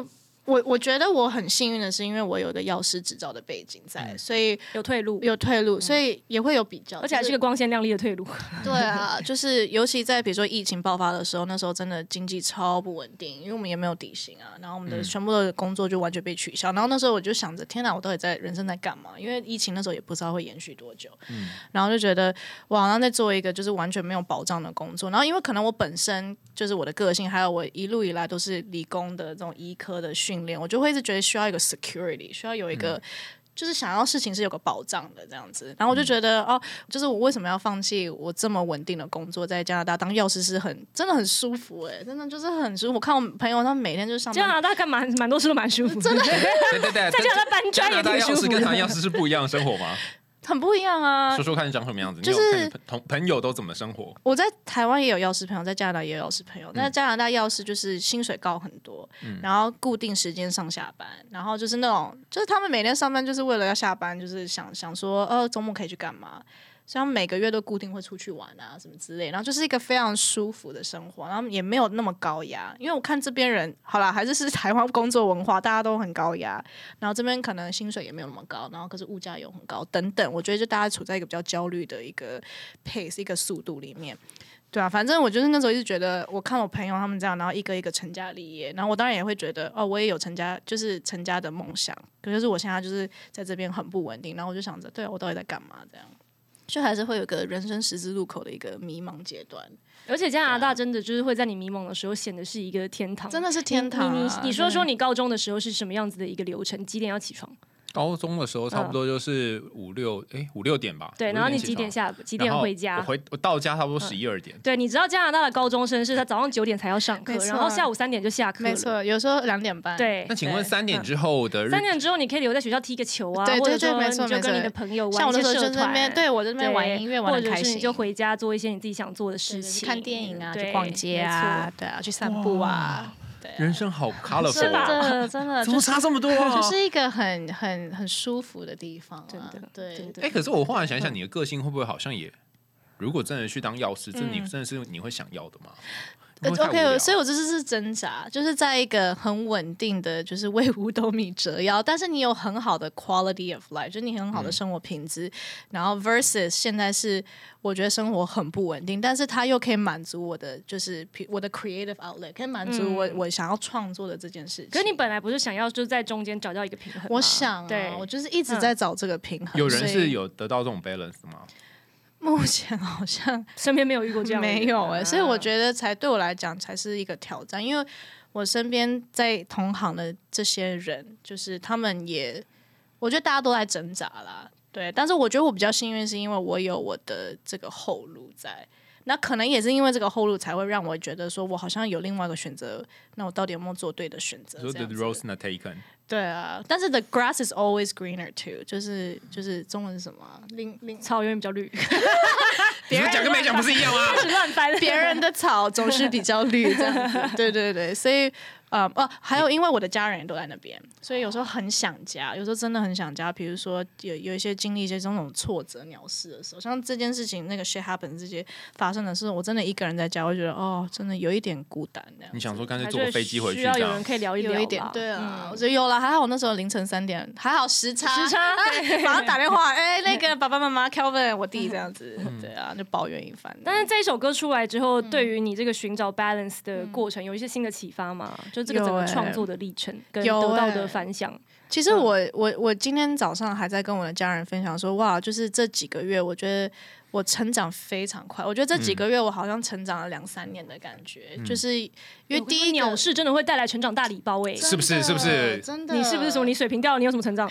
我我觉得我很幸运的是，因为我有个药师执照的背景在，嗯、所以有退路， 有退路，所以也会有比较， 而且还是个光鲜亮丽的退路。 对啊，就是尤其在比如说疫情爆发的时候，那时候真的经济超不稳定，因为我们也没有底薪啊，然后我们的全部的工作就完全被取消。嗯、然后那时候我就想着，天哪，我到底在人生在干嘛？因为疫情那时候也不知道会延续多久，嗯、然后就觉得我好像在做一个就是完全没有保障的工作。然后因为可能我本身就是我的个性，还有我一路以来都是理工的这种医科的训练，我就会一直觉得需要一个 security， 需要有一个、嗯、就是想要事情是有个保障的这样子。然后我就觉得、嗯、哦，就是我为什么要放弃我这么稳定的工作，在加拿大当药师是很真的很舒服哎、欸，真的就是很舒服。我看我朋友他们每天就上加拿大干蛮蛮多事都蛮舒服的， 真的。 对对对， 在加拿大搬砖也挺舒服的。 加拿大药师跟台湾药师是不一样的生活吗？ 很不一样啊！ 说说看长什么样子？就是同朋友都怎么生活？ 我在台湾也有药师朋友，在加拿大也有药师朋友。嗯、但是加拿大药师就是薪水高很多，嗯、然后固定时间上下班，然后就是那种，就是他们每天上班就是为了要下班，就是想想说，呃，周末可以去干嘛？所以他们每个月都固定会出去玩啊，什么之类，然后就是一个非常舒服的生活，然后也没有那么高压。因为我看这边人，好啦，还是是台湾工作文化，大家都很高压，然后这边可能薪水也没有那么高，然后可是物价也很高，等等。我觉得就大家处在一个比较焦虑的一个 pace 一个速度里面。对啊，反正我就是那时候一直觉得，我看我朋友他们这样，然后一个一个成家立业，然后我当然也会觉得，哦，我也有成家，就是成家的梦想。可是我现在就是在这边很不稳定，然后我就想着，对啊，我到底在干嘛这样？就还是会有个人生十字路口的一个迷茫阶段， 而且加拿大真的就是会在你迷茫的时候显得是一个天堂， 真的是天堂、啊。 你你你说说你高中的时候是什么样子的一个流程？几点要起床？ 高中的时候差不多就是五六哎五六点吧。 对，然后你几点下几点回家？ 我回我到家差不多十一二点。 对，你知道加拿大的高中生是他早上九点才要上课，然后下午三点就下课了。 没错，有时候两点半。 对。 那请问三点之后的三点之后你可以留在学校踢个球啊， 对对对，没错你就跟你的朋友玩一些社团。 对，我在那边玩音乐玩得开心， 或者是你就回家做一些你自己想做的事情， 看电影啊，去逛街啊，对啊，去散步啊。 人生好 colorful， 真的真的怎么差这么多啊？ 就是一个很很很舒服的地方、啊，真的对。 哎、欸，可是我后来想一想，你的个性会不会好像也，如果真的去当药师，这你真的是你会想要的吗？ 嗯、OK， 所以我这是挣扎，就是在一个很稳定的，就是为五斗米折腰，但是你有很好的 quality of life， 就是你很好的生活品质，嗯、然后 versus 现在是我觉得生活很不稳定，但是它又可以满足我的，就是我的 creative outlet， 可以满足我、嗯、我想要创作的这件事情。 可是你本来不是想要就在中间找到一个平衡吗？ 我想、啊，对，我就是一直在找这个平衡。 嗯、有人是有得到这种 balance 吗？ 目前好像身边没有遇过这样的人， 没有哎、欸，所以我觉得才对我来讲才是一个挑战，因为我身边在同行的这些人，就是他们也，我觉得大家都在挣扎啦，对，但是我觉得我比较幸运，是因为我有我的这个后路在，那可能也是因为这个后路才会让我觉得说我好像有另外一个选择，那我到底有没有做对的选择？ 说 the road's not taken。 对啊，但是 the grass is always greener too， 就是就是中文是什么、啊？林林草永远比较绿。 别人讲跟没讲不是一样吗？ 乱翻。 别人的草总是比较绿，这样子。对对对，所以呃哦，还有因为我的家人也都在那边，所以有时候很想家，有时候真的很想家。比如说有有一些经历一些这种挫折、鸟事的时候，像这件事情那个 shit happen 这些发生的事，我真的一个人在家，我觉得哦，真的有一点孤单。 你想说干脆坐个飞机回去， 需要有人可以聊一聊， 有一点对啊，我觉得有了。还好我那时候凌晨三点，还好时差， 时差， 马上打电话，哎、欸，那个爸爸妈妈 Kelvin 我弟这样子，嗯、对啊，就抱怨一番。 但是这一首歌出来之后，嗯、对于你这个寻找 balance 的过程，有一些新的启发吗？就这个整个创作的历程跟得到的反响。 其实我我我今天早上还在跟我的家人分享说，哇，就是这几个月，我觉得我成长非常快。我觉得这几个月我好像成长了两三年的感觉，嗯、就是因为第一鸟事真的会带来成长大礼包诶、欸， 是不是？是不是？ 真的？ 你是不是说你水平掉了？你有什么成长？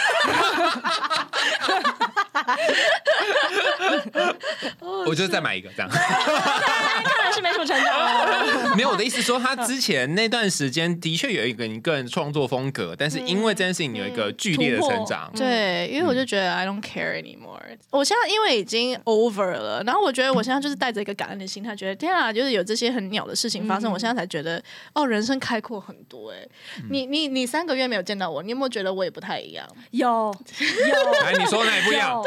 我就再买一个这样。 看来是没什么成长。 没有，我的意思说，他之前那段时间的确有一个你个人创作风格，但是因为这件事情有一个剧烈的成长。 嗯、对，因为我就觉得 I don't care anymore。我现在因为已经 over 了，然后我觉得我现在就是带着一个感恩的心态，觉得天啊，就是有这些很鸟的事情发生，嗯、我现在才觉得哦，人生开阔很多哎、欸。嗯、你你你三个月没有见到我，你有没有觉得我也不太一样？ 有有， 来你说哪里不一样？ 对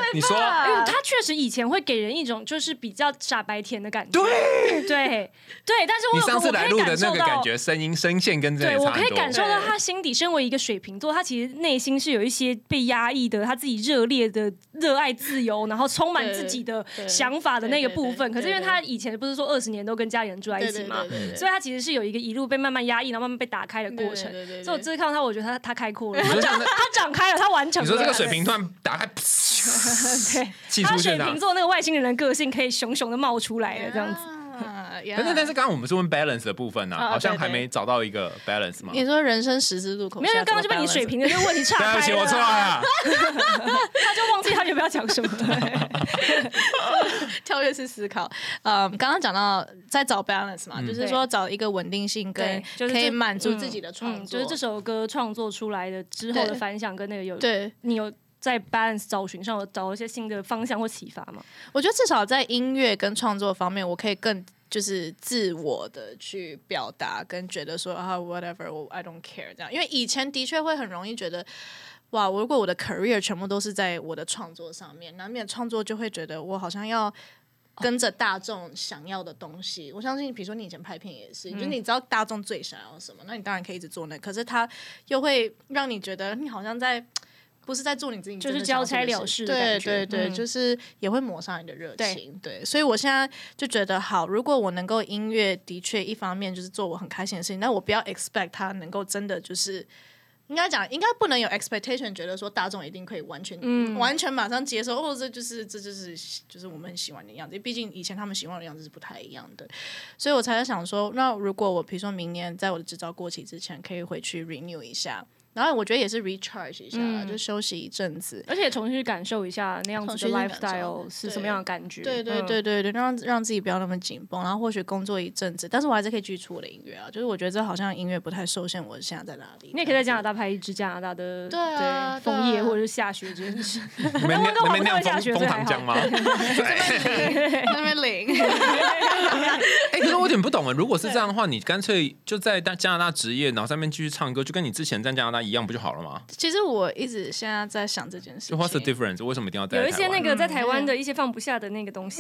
你说， 因为他确实以前会给人一种就是比较傻白甜的感觉。 对对对，但是我你上次来录的那个感觉， 觉，声音声线跟这对我可以感受到他心底，身为一个水瓶座，他其实内心是有一些被压抑的，他自己热烈的热爱自由，然后充满自己的想法的那个部分。可是因为他以前不是说二十年都跟家里人住在一起嘛，所以他其实是有一个一路被慢慢压抑，然后慢慢被打开的过程。所以我这次看到他，我觉得他他开阔了，他长他长开了，他完成了。 你说这个水瓶突然打开， 对，他水瓶座那个外星人的个性可以熊熊的冒出来了，这样子。 但是但是刚刚我们是问 balance 的部分呢、啊，好像还没找到一个 balance 嘛。 你说人生十字路口， 没有，刚刚就被你水平的这个问题岔开了。 对不起，我错了。 他就忘记他原本要讲什么了。 跳跃式思考。嗯，刚刚讲到在找 balance 嘛，嗯、就是说找一个稳定性跟可以满足自己的创作、 嗯，就是这首歌创作出来的之后的反响跟那个有对， 你有。在 balance 找寻上有找一些新的方向或启发吗？ 我觉得至少在音乐跟创作方面，我可以更就是自我的去表达，跟觉得说啊 whatever 我 I don't care 这样，因为以前的确会很容易觉得。哇！如果我的 career 全部都是在我的创作上面，难免创作就会觉得我好像要跟着大众想要的东西。我相信，比如说你以前拍片也是，嗯、就是你知道大众最想要什么，那你当然可以一直做那，可是它又会让你觉得你好像在。不是在做你自己， 就是交差了事的感觉， 对对对，嗯、就是也会抹上你的热情，对, 对，所以我现在就觉得好，如果我能够音乐的确一方面就是做我很开心的事情，但我不要 expect 它能够真的就是应该讲，应该不能有 expectation， 觉得说大众一定可以完全、嗯、完全马上接受，哦，这就是这就是就是我们很喜欢的样子，毕竟以前他们喜欢的样子是不太一样的，所以我才在想说，那如果我比如说明年在我的执照过期之前，可以回去 renew 一下。然后我觉得也是 recharge 一下，嗯、就休息一阵子， 而且重新去感受一下那样子的 lifestyle 是什么样的感觉。 对对对对对，让让自己不要那么紧绷，然后或许工作一阵子，但是我还是可以继续出我的音乐啊。就是我觉得这好像音乐不太受限，我现在在哪里？ 你也可以在加拿大拍一支加拿大的对啊对枫叶或者是下雪这件事。 你们那边那样枫糖浆吗？ 那边零。 哎，可是我有点不懂啊。如果是这样的话，你干脆就在加拿大职业，然后在那边继续唱歌，就跟你之前在加拿大一样不就好了吗？ 其实我一直现在在想这件事情。 What's the difference？ 为什么一定要在台湾？ 有一些那个在台湾的一些放不下的那个东西。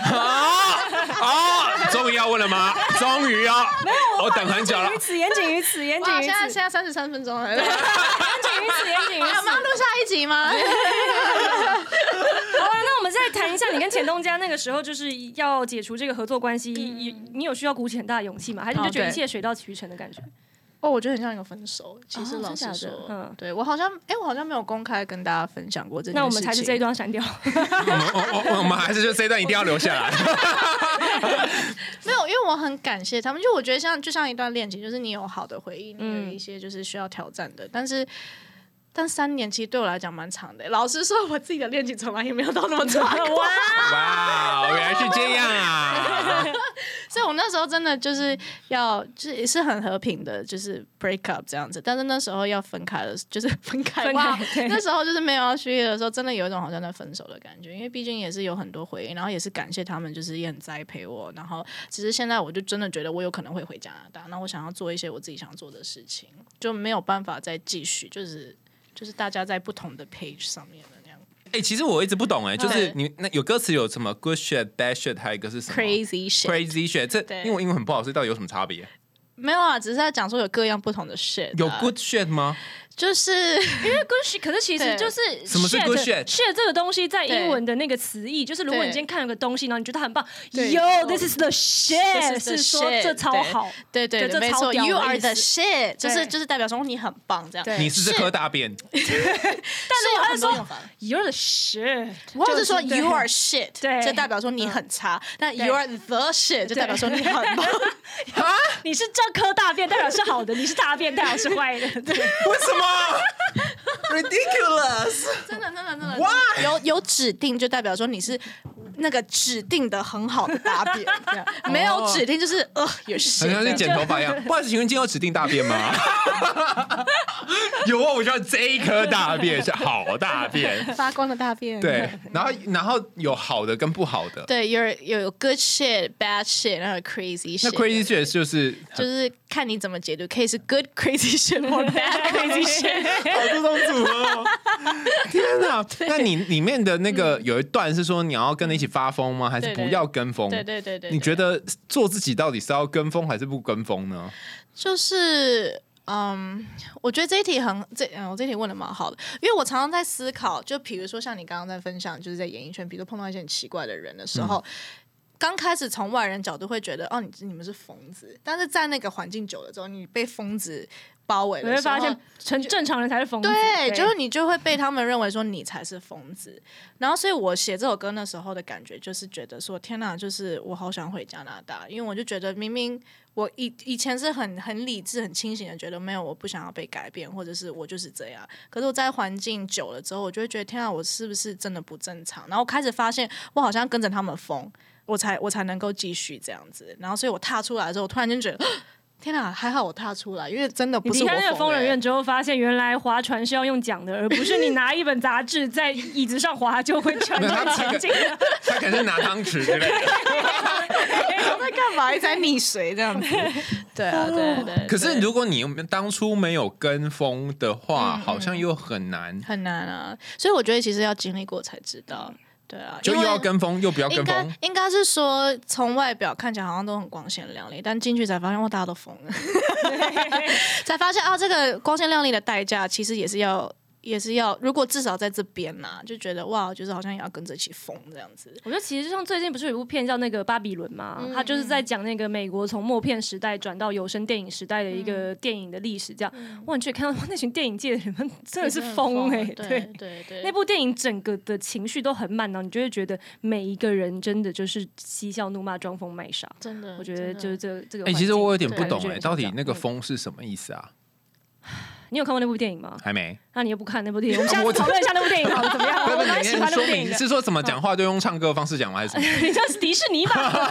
啊！终于要问了吗？终于要！ 没有， 我等很久了。 严谨于此，严谨于此，严谨于此。 现在现在三十三分钟了。严谨于此，严谨于此。 我们要录下一集吗？好了，那我们再谈一下，你跟前东家那个时候就是要解除这个合作关系，嗯、你有需要鼓起很大的勇气吗？还是你就觉得一切水到渠成的感觉？ 哦，我觉得很像一个分手。其实老实说，哦嗯、对我好像，哎，我好像没有公开跟大家分享过这件事情。 那我们才是这一段删掉。 我, 我, 我们还是就这一段一定要留下来。 没有，因为我很感谢他们。就我觉得像就像一段恋情，就是你有好的回忆，你有一些就是需要挑战的，嗯、但是。但三年其实对我来讲蛮长的。老实说，我自己的恋情从来也没有到那么长。 哇，哇，原来是这样啊！ 所以我那时候真的就是要，就是是很和平的，就是 break up 这样子。但是那时候要分开的，就是分开。分开那时候就是没有要续约的时候，真的有一种好像在分手的感觉。因为毕竟也是有很多回忆，然后也是感谢他们，就是也很栽培我。然后只是现在我就真的觉得我有可能会回加拿大，那我想要做一些我自己想做的事情，就没有办法再继续，就是。就是大家在不同的 page 上面的那样。 哎、欸，其实我一直不懂哎、欸，就是你那有歌词有什么 good shit, bad shit， 还有一个是什么 crazy shit，crazy shit。这因为我英文很不好，所以到底有什么差别？ 没有啊，只是在讲说有各样不同的 shit、啊。 有 good shit 吗？ 就是因为 good shit， 可是其实就是什么是 good shit？ shit 这个东西在英文的那个词义，就是如果你今天看了个东西，然后你觉得它很棒 ，Yo, this is the shit， 是说这超好， 对对对，没错 ，You are the shit， 就是就是代表说你很棒这样。 你是这颗大便。 但是我还说 You're the shit， 就是说 You are shit， 就代表说你很差；但 You are the shit， 就代表说你很棒。 啊，你是这颗大便代表是好的，你是大便代表是坏的，对？ 为什么？Ridiculous！ 真的真的真的，哇！有有指定就代表说你是那个指定的很好的大便，没有指定就是呃有事， 好像是剪头发一样。不好意思，请问今天有指定大便吗？有啊，我需要这一颗大便是好大便， 发光的大便。 对，然后然后有好的跟不好的。 对，有有有 good shit、bad shit， 然后有 crazy shit。 那 crazy shit 就是就是看你怎么解读，可以是 good crazy shit 或 bad crazy shit， 好这种组合哦！天哪，那你里面的那个有一段是说你要跟着一起发疯吗？还是不要跟风？ 对对对对， 你觉得做自己到底是要跟风还是不跟风呢？ 就是。嗯，我觉得这一题很这嗯，我这一题问的蛮好的，因为我常常在思考，就比如说像你刚刚在分享，就是在演艺圈，比如说碰到一些很奇怪的人的时候，嗯、刚开始从外人角度会觉得，哦，你你们是疯子，但是在那个环境久了之后，你被疯子包围的时候， 你会发现成正常人才是疯子， 对，对就是你就会被他们认为说你才是疯子，然后所以我写这首歌那时候的感觉就是觉得说，天哪，就是我好想回加拿大，因为我就觉得明明。我以以前是很很理智、很清醒的，觉得没有，我不想要被改变，或者是我就是这样。可是我在环境久了之后，我就会觉得，天啊，我是不是真的不正常？然后我开始发现，我好像跟着他们疯，我才我才能够继续这样子。然后，所以我踏出来之后，我突然间觉得。天哪，还好我踏出来，因为真的不是我疯、欸。 你离开那个疯人院之后，发现原来划船是要用桨的，而不是你拿一本杂志在椅子上划就会船就前进了。 他可能是拿汤匙之类的。 他在干嘛？一直在溺水这样子。对啊，对对对。 可是如果你当初没有跟风的话，嗯、好像又很难， 很难啊。所以我觉得其实要经历过才知道。对啊， 就又要跟风又不要跟风， 应该是说从外表看起来好像都很光鲜亮丽，但进去才发现哇，大家都疯了，才发现啊，这个光鲜亮丽的代价其实也是要。也是要，如果至少在这边呐、啊，就觉得哇，就是好像也要跟着一起疯这样子。 我觉得其实像最近不是有一部片叫那个《巴比伦》嘛，嗯、他就是在讲那个美国从默片时代转到有声电影时代的一个电影的历史，这样。嗯、哇，你去看到那群电影界的人们真的是疯哎、欸， 对对对对。 那部电影整个的情绪都很满呢，你就会觉得每一个人真的就是嬉笑怒骂、装疯卖傻。 真的， 我觉得就是这这个。 哎、欸，其实我有点不懂哎、欸，到底那个疯是什么意思啊？ 你有看过那部电影吗？ 还没。 那你又不看那部电影？我们现在讨论一下那部电影好了，怎么样？我蛮喜欢那部电影的。 是说怎么讲话就用唱歌的方式讲吗？还是什么？ 你像是迪士尼吧？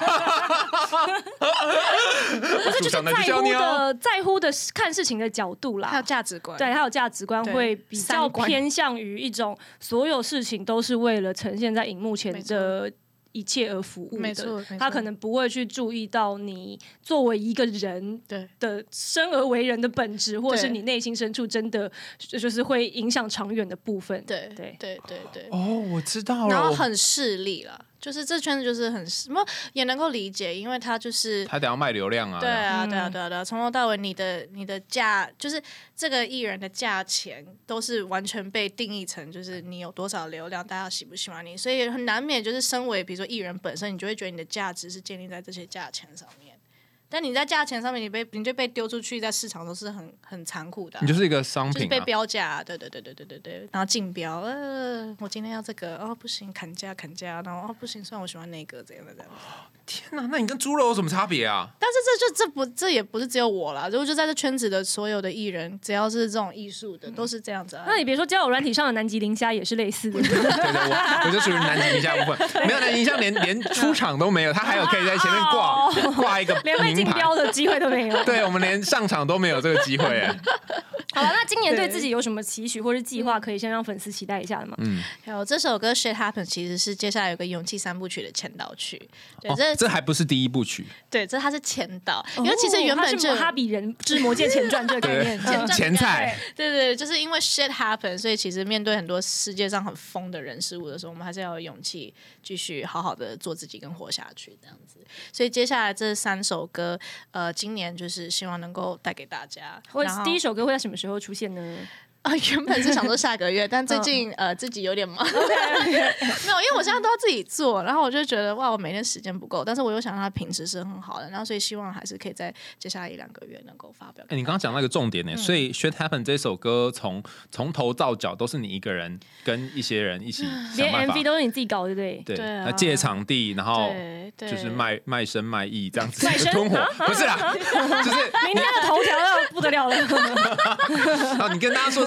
不是，就是在乎的在乎的看事情的角度啦， 还有价值观。 对，还有价值观会比较偏向于一种所有事情都是为了呈现在荧幕前的。一切而服务的，他可能不会去注意到你作为一个人的生而为人的本质，或者是你内心深处真的就是会影响长远的部分。 对对对对对。 哦，我知道了。 然后很势利啦。就是这圈子就是很什么也能够理解，因为他就是他得要卖流量啊。 对啊，对啊，对啊，对啊，从头到尾你的你的价就是这个艺人的价钱都是完全被定义成就是你有多少流量，大家喜不喜欢你，所以很难免就是身为比如说艺人本身，你就会觉得你的价值是建立在这些价钱上面。但你在价钱上面，你被你就被丢出去，在市场都是很很残酷的、啊。 你就是一个商品、啊， 就是被标价、啊，对对对对对对对，然后竞标，呃，我今天要这个，哦不行，砍价砍价，然后哦不行，虽然我喜欢那个，这样的这样的。 天哪，那你跟猪肉有什么差别啊？ 但是这就这不这也不是只有我啦，如果就在这圈子的所有的艺人，只要是这种艺术的，都是这样子啊。 那你别说交友软体上的南极磷虾也是类似的。 对对，我我就属于南极磷虾部分，没有南极磷虾连连出场都没有，他还有可以在前面挂挂一个连被竞标的机会都没有。 对，我们连上场都没有这个机会哎。 好了，那今年对自己有什么期许或是计划，可以先让粉丝期待一下的吗？ 嗯，有这首歌《Shit Happen》其实是接下来有个勇气三部曲的前导曲，对， 哦、 这这还不是第一部曲， 对，这它是前导，因为其实原本就 《哈比人之魔戒前传》这个概念， 前前菜， 对对，就是因为 Shit Happen， 所以其实面对很多世界上很疯的人事物的时候，我们还是要有勇气继续好好的做自己跟活下去这样子。所以接下来这三首歌，呃，今年就是希望能够带给大家。 或者第一首歌会在什么时候出现呢？ 啊，原本是想说下个月，但最近、嗯、呃自己有点忙， okay, okay. 没有，因为我现在都要自己做，然后我就觉得哇，我每天时间不够，但是我又想让它品质是很好的，然后所以希望还是可以在接下来一两个月能够发表。 欸、你刚刚讲那个重点呢、嗯，所以《Shit Happen》这首歌从从头到脚都是你一个人跟一些人一起想办法， 连 M V 都是你自己搞，对不对？ 对， 对啊、 那借场地，然后就是卖卖身卖艺这样子，吞火、啊、不是啦，就是明天的头条要不得了了。 然后你跟大家说。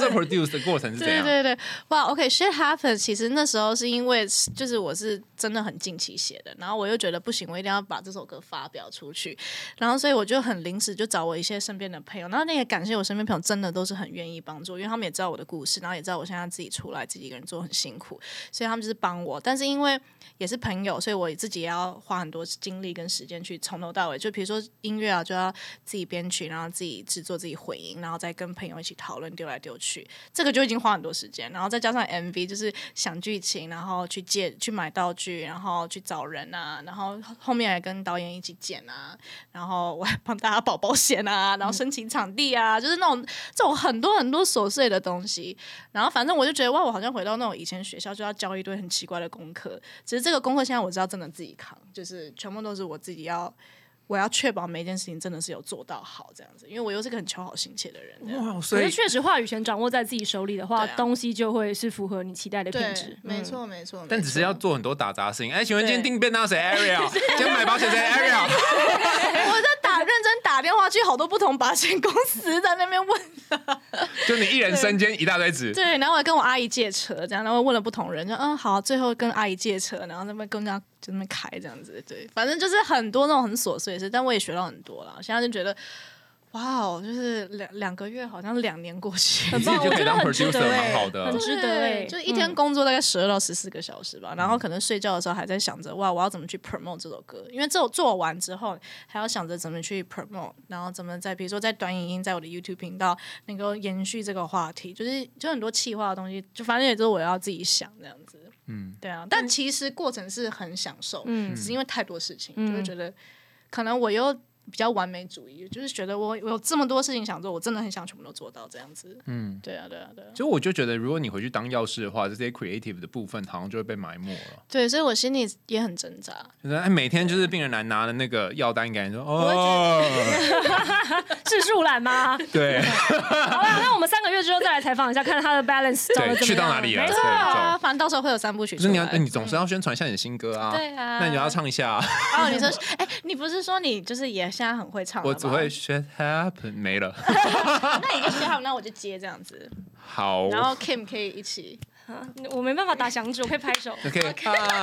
这 produce 的过程是怎样？ 对对对，哇 ，OK，shit happens。其实那时候是因为就是我是真的很近期写的，然后我又觉得不行，我一定要把这首歌发表出去，然后所以我就很临时就找我一些身边的朋友，然后那也感谢我身边朋友真的都是很愿意帮助，因为他们也知道我的故事，然后也知道我现在自己出来自己一个人做很辛苦，所以他们就是帮我。但是因为也是朋友，所以我自己也要花很多精力跟时间去从头到尾，就比如说音乐啊，就要自己编曲，然后自己制作、自己混音，然后再跟朋友一起讨论，丢来丢去，这个就已经花很多时间。然后再加上 M V， 就是想剧情，然后去借、去买道具，然后去找人啊，然后后面还跟导演一起剪啊，然后我还帮大家保保险啊，然后申请场地啊，就是那种这种很多很多琐碎的东西。然后反正我就觉得哇，我好像回到那种以前学校就要教一堆很奇怪的功课，只是这个功课现在我知道真的自己扛，就是全部都是我自己要。我要确保每一件事情真的是有做到好这样子，因为我又是个很求好心切的人。 哇，所以确实话语权掌握在自己手里的话，啊、东西就会是符合你期待的品质。 没错、嗯，没错。 但只是要做很多打杂事情。哎，请问今天订便当谁 ？Ariel。今天买保险谁 ？Ariel。 我在打认真打电话去好多不同保险公司，在那边问。 就你一人身兼一大堆职。 对，然后我还跟我阿姨借车，这样，然后问了不同人，就嗯好，最后跟阿姨借车，然后那边跟人家就那边开这样子，对，反正就是很多那种很琐碎的事，但我也学到很多了。现在就觉得，哇哦，就是两两个月，好像两年过去， 很棒，我觉得很值得， 蛮好的， 很值得哎。 就一天工作大概十二到十四个小时吧，嗯、然后可能睡觉的时候还在想着，哇，我要怎么去 promote 这首歌？因为这做完之后，还要想着怎么去 promote， 然后怎么在比如说在短影音，在我的 YouTube 频道能够延续这个话题，就是就很多企划的东西，就反正也都是我要自己想这样子。嗯，对啊，但其实过程是很享受，嗯，只是因为太多事情，嗯、就会觉得可能我又比较完美主义，就是觉得我我有这么多事情想做，我真的很想全部都做到这样子。嗯，对啊，对啊，对啊。 就我就觉得，如果你回去当药师的话，这些 creative 的部分好像就会被埋没了。 对，所以我心里也很挣扎。 就是哎，每天就是病人来拿的那个药单，感觉说哦， 是树懒吗？ 对。 好了，那我们三个月之后再来采访一下，看他的 balance 找的怎么样。 去到哪里了？ 没错啊，反正到时候会有三部曲出来。 你要，你总是要宣传一下你的新歌啊。 对啊。 那你要唱一下啊。 哦，你说，哎，你不是说你就是也现在很会唱？ 我只会 shit happen 没了。 那你就 shit happen， 那我就接这样子。 好。 然后 Kim 可以一起。 我没办法打响指，我可以拍手。 OK。那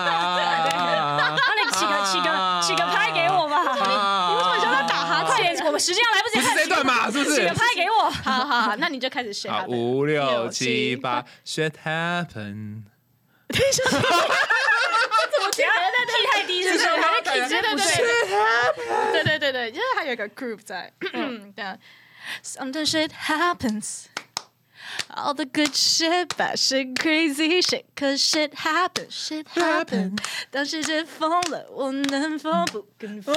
你起个起个起个拍给我吧。 你为什么叫他打哈？ 快点，我们时间要来不及。 不是这段嘛？是不是？ 起个拍给我。 好好好，那你就开始 shit happen。 五六七八 shit happen。 等一下。怎么接？ key 太低是不是？还是 key 接的对？对对对对，就是还有一个 groove 在。对啊 ，Sometimes shit happens, all the good shit, bad shit, crazy shit, 'cause shit happens, shit happens. 当世界疯了，我能否不跟风？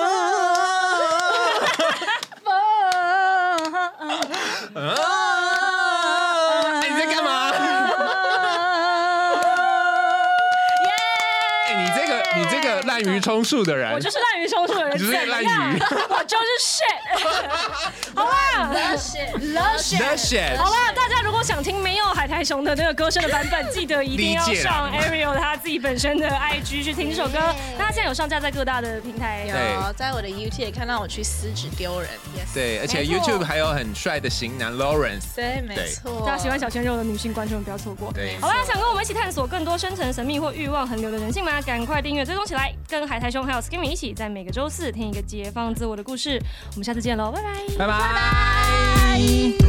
哎，你在干嘛？滥竽充数的人， 我就是滥竽充数的人， 你就是滥竽， 我就是 shit。好啦 ，love shit，love shit。 好啦，大家如果想听没有海苔熊的那个歌声的版本，记得一定要上 Ariel 他自己本身的 I G 去听这首歌。那他现在有上架在各大的平台， 有在我的 YouTube 也看到我去撕纸丢人， 对，而且 YouTube 还有很帅的型男 Lawrence， 对，没错。 大家喜欢小鲜肉的女性观众不要错过。 对， 好啦，想跟我们一起探索更多深层神秘或欲望横流的人性吗？赶快订阅追踪起来。跟海苔兄还有 Skimmy 一起，在每个周四听一个解放自我的故事。我们下次见喽，拜拜， 拜拜。